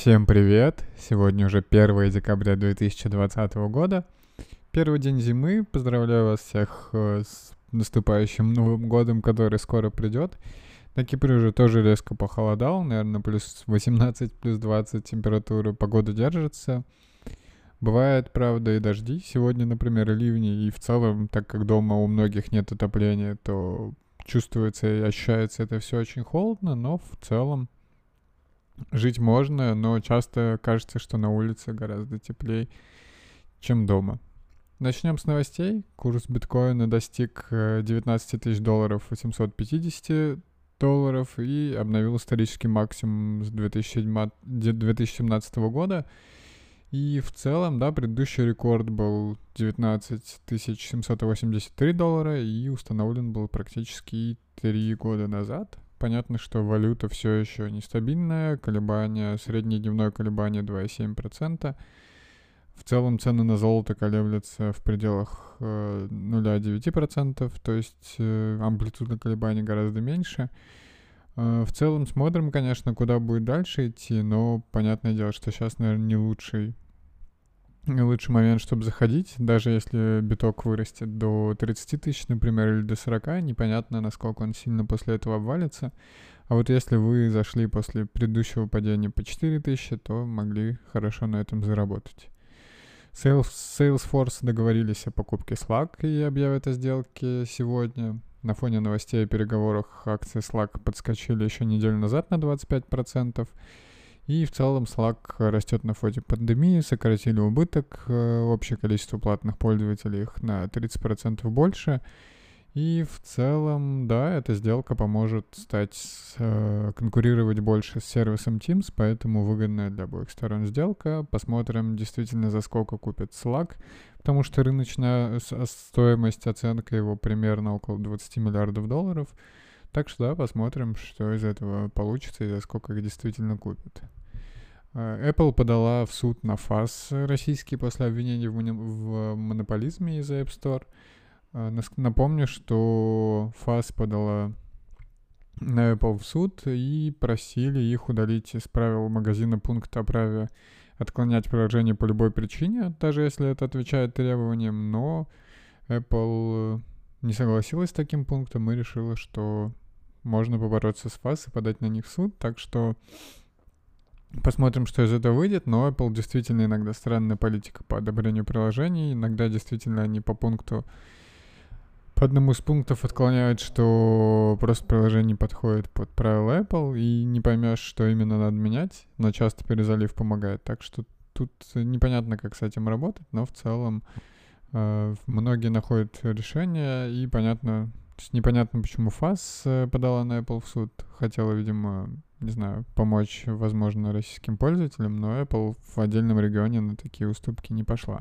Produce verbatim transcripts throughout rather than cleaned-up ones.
Всем привет! Сегодня уже первое декабря две тысячи двадцатого года. Первый день зимы. Поздравляю вас всех э, с наступающим Новым годом, который скоро придет. На Кипре уже тоже резко похолодало, наверное, плюс восемнадцать, плюс двадцать температура. Погода держится. Бывает, правда, и дожди. Сегодня, например, и ливни. И в целом, так как дома у многих нет отопления, то чувствуется и ощущается это все очень холодно, но в целом жить можно, но часто кажется, что на улице гораздо теплее, чем дома. Начнем с новостей. Курс биткоина достиг девятнадцать тысяч долларов восемьсот пятьдесят долларов и обновил исторический максимум с две тысячи семнадцатого года. И в целом, да, предыдущий рекорд был девятнадцать тысяч семьсот восемьдесят три доллара и установлен был практически три года назад. Понятно, что валюта все еще нестабильная, колебания, среднедневное колебание два целых семь десятых процента. В целом цены на золото колеблются в пределах э, ноль целых девять десятых процента, то есть э, амплитуда колебаний гораздо меньше. Э, в целом смотрим, конечно, куда будет дальше идти, но понятное дело, что сейчас, наверное, не лучший, не лучший момент, чтобы заходить. Даже если биток вырастет до тридцати тысяч, например, или до сорока, непонятно, насколько он сильно после этого обвалится. А вот если вы зашли после предыдущего падения по четыре тысячи, то могли хорошо на этом заработать. Salesforce договорились о покупке Slack и объявят о сделке сегодня. На фоне новостей о переговорах акции Slack подскочили еще неделю назад на двадцать пять процентов. И в целом Slack растет на фоне пандемии, сократили убыток, общее количество платных пользователей их на тридцать процентов больше. И в целом, да, эта сделка поможет стать, э, конкурировать больше с сервисом Teams, поэтому выгодная для обоих сторон сделка. Посмотрим действительно, за сколько купят Slack, потому что рыночная стоимость, оценка его примерно около двадцать миллиардов долларов. Так что да, посмотрим, что из этого получится и за сколько их действительно купят. Apple подала в суд на ФАС российский после обвинений в, мони- в монополизме из-за App Store. Напомню, что ФАС подала на Apple в суд и просили их удалить из правил магазина пункт о праве отклонять приложение по любой причине, даже если это отвечает требованиям, но Apple не согласилась с таким пунктом и решила, что можно побороться с ФАС и подать на них в суд, так что посмотрим, что из этого выйдет, но Apple действительно иногда странная политика по одобрению приложений, иногда действительно они по пункту По одному из пунктов отклоняют, что просто приложение не подходит под правила Apple, и не поймешь, что именно надо менять, но часто перезалив помогает. Так что тут непонятно, как с этим работать, но в целом э, многие находят решение, и понятно, непонятно, почему ФАС подала на Apple в суд. Хотела, видимо, не знаю, помочь, возможно, российским пользователям, но Apple в отдельном регионе на такие уступки не пошла.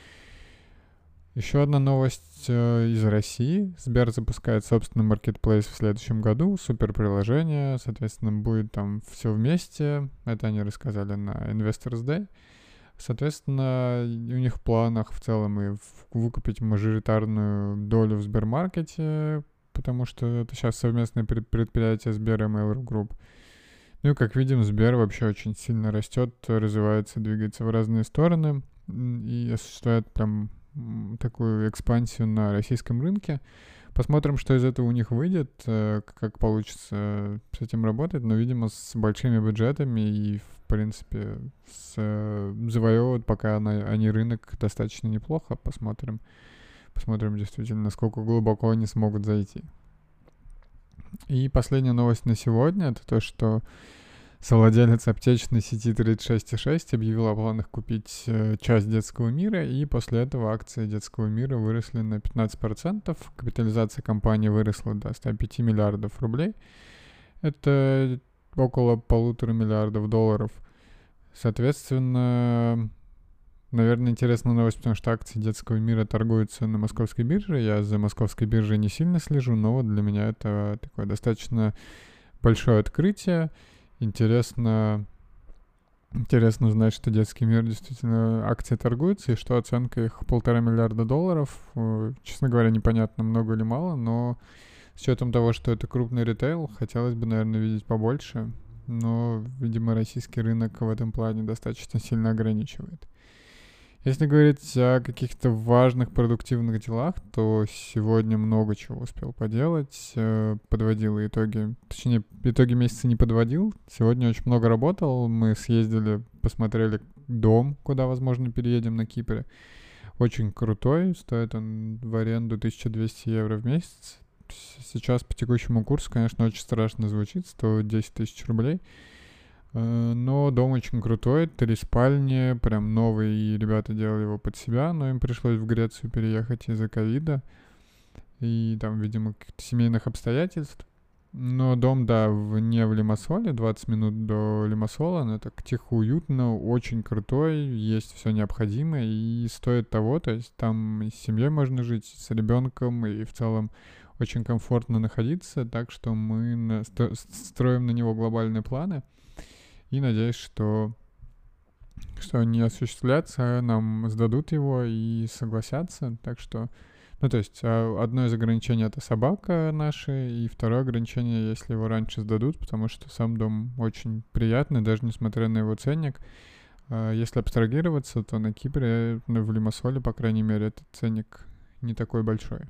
Еще одна новость э, из России. Сбер запускает собственный маркетплейс в следующем году. Супер приложение, соответственно, будет там все вместе. Это они рассказали на Investors Day. Соответственно, у них в планах в целом и выкупить мажоритарную долю в Сбермаркете, потому что это сейчас совместное предприятие Сбера и Mail.ru Group. Ну и, как видим, Сбер вообще очень сильно растет, развивается, двигается в разные стороны и осуществляет прям такую экспансию на российском рынке. Посмотрим, что из этого у них выйдет, как получится с этим работать, но, видимо, с большими бюджетами и, в принципе, с, завоевывают пока они рынок достаточно неплохо. Посмотрим, посмотрим действительно, насколько глубоко они смогут зайти. И последняя новость на сегодня — это то, что совладелец аптечной сети тридцать шесть и шесть объявил о планах купить э, часть Детского мира, и после этого акции Детского мира выросли на пятнадцать процентов. Капитализация компании выросла до ста пяти миллиардов рублей. Это около полутора миллиардов долларов. Соответственно, наверное, интересная новость, потому что акции Детского мира торгуются на московской бирже. Я за московской биржей не сильно слежу, но вот для меня это такое достаточно большое открытие. Интересно, интересно узнать, что Детский мир действительно акции торгуются, и что оценка их полтора миллиарда долларов. Честно говоря, непонятно, много или мало, но с учетом того, что это крупный ритейл, хотелось бы, наверное, видеть побольше. но, видимо, российский рынок в этом плане достаточно сильно ограничивает. Если говорить о каких-то важных продуктивных делах, то сегодня много чего успел поделать, э, подводил итоги, точнее, итоги месяца не подводил, сегодня очень много работал, мы съездили, посмотрели дом, куда, возможно, переедем на Кипре, очень крутой, стоит он в аренду тысяча двести евро в месяц, сейчас по текущему курсу, конечно, очень страшно звучит, сто десять тысяч рублей, но дом очень крутой, три спальни, прям новый, и ребята делали его под себя, но им пришлось в Грецию переехать из-за ковида и там, видимо, каких-то семейных обстоятельств. Но дом, да, в, не в Лимассоле, двадцать минут до Лимассола, но так тихо, уютно, очень крутой, есть все необходимое и стоит того, то есть там и с семьей можно жить, с ребенком, и в целом очень комфортно находиться, так что мы на, сто, строим на него глобальные планы. И надеюсь, что, что они осуществлятся, нам сдадут его и согласятся. Так что, ну то есть, одно из ограничений — это собака наша, и второе ограничение, если его раньше сдадут, потому что сам дом очень приятный, даже несмотря на его ценник. Если абстрагироваться, то на Кипре, ну, в Лимассоле, по крайней мере, этот ценник не такой большой.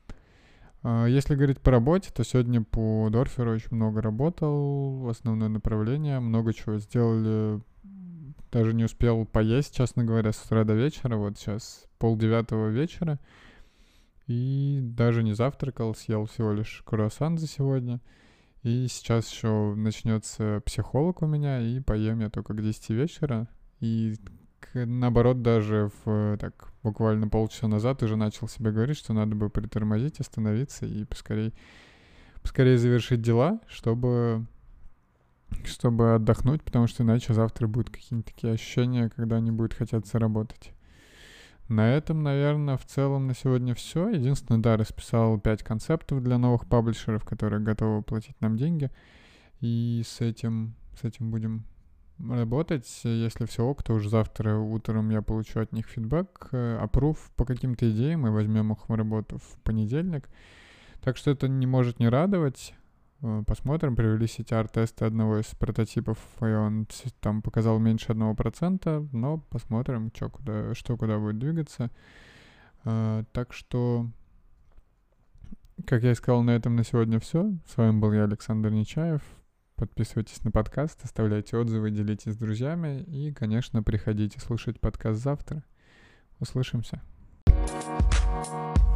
Если говорить по работе, то сегодня по Дорферу очень много работал, основное направление, много чего сделали, даже не успел поесть, честно говоря, с утра до вечера, вот сейчас полдевятого вечера, и даже не завтракал, съел всего лишь круассан за сегодня, и сейчас еще начнется психолог у меня, и поем я только к десяти вечера, и наоборот, даже в, так, буквально полчаса назад уже начал себе говорить, что надо бы притормозить, остановиться и поскорее, поскорее завершить дела, чтобы, чтобы отдохнуть, потому что иначе завтра будут какие-нибудь такие ощущения, когда не будет хотеться работать. На этом, наверное, в целом на сегодня все. Единственное, да, расписал пять концептов для новых паблишеров, которые готовы платить нам деньги. И с этим, с этим будем работать. Если все ок, то уже завтра утром я получу от них фидбэк, аппрув по каким-то идеям, и возьмем их в работу в понедельник. Так что это не может не радовать. Посмотрим. Провели си ти ар-тесты одного из прототипов, и он там показал меньше одного процента, но посмотрим, что куда, что куда будет двигаться. Так что, как я и сказал, на этом на сегодня все. С вами был я, Александр Нечаев. Подписывайтесь на подкаст, оставляйте отзывы, делитесь с друзьями и, конечно, приходите слушать подкаст завтра. Услышимся.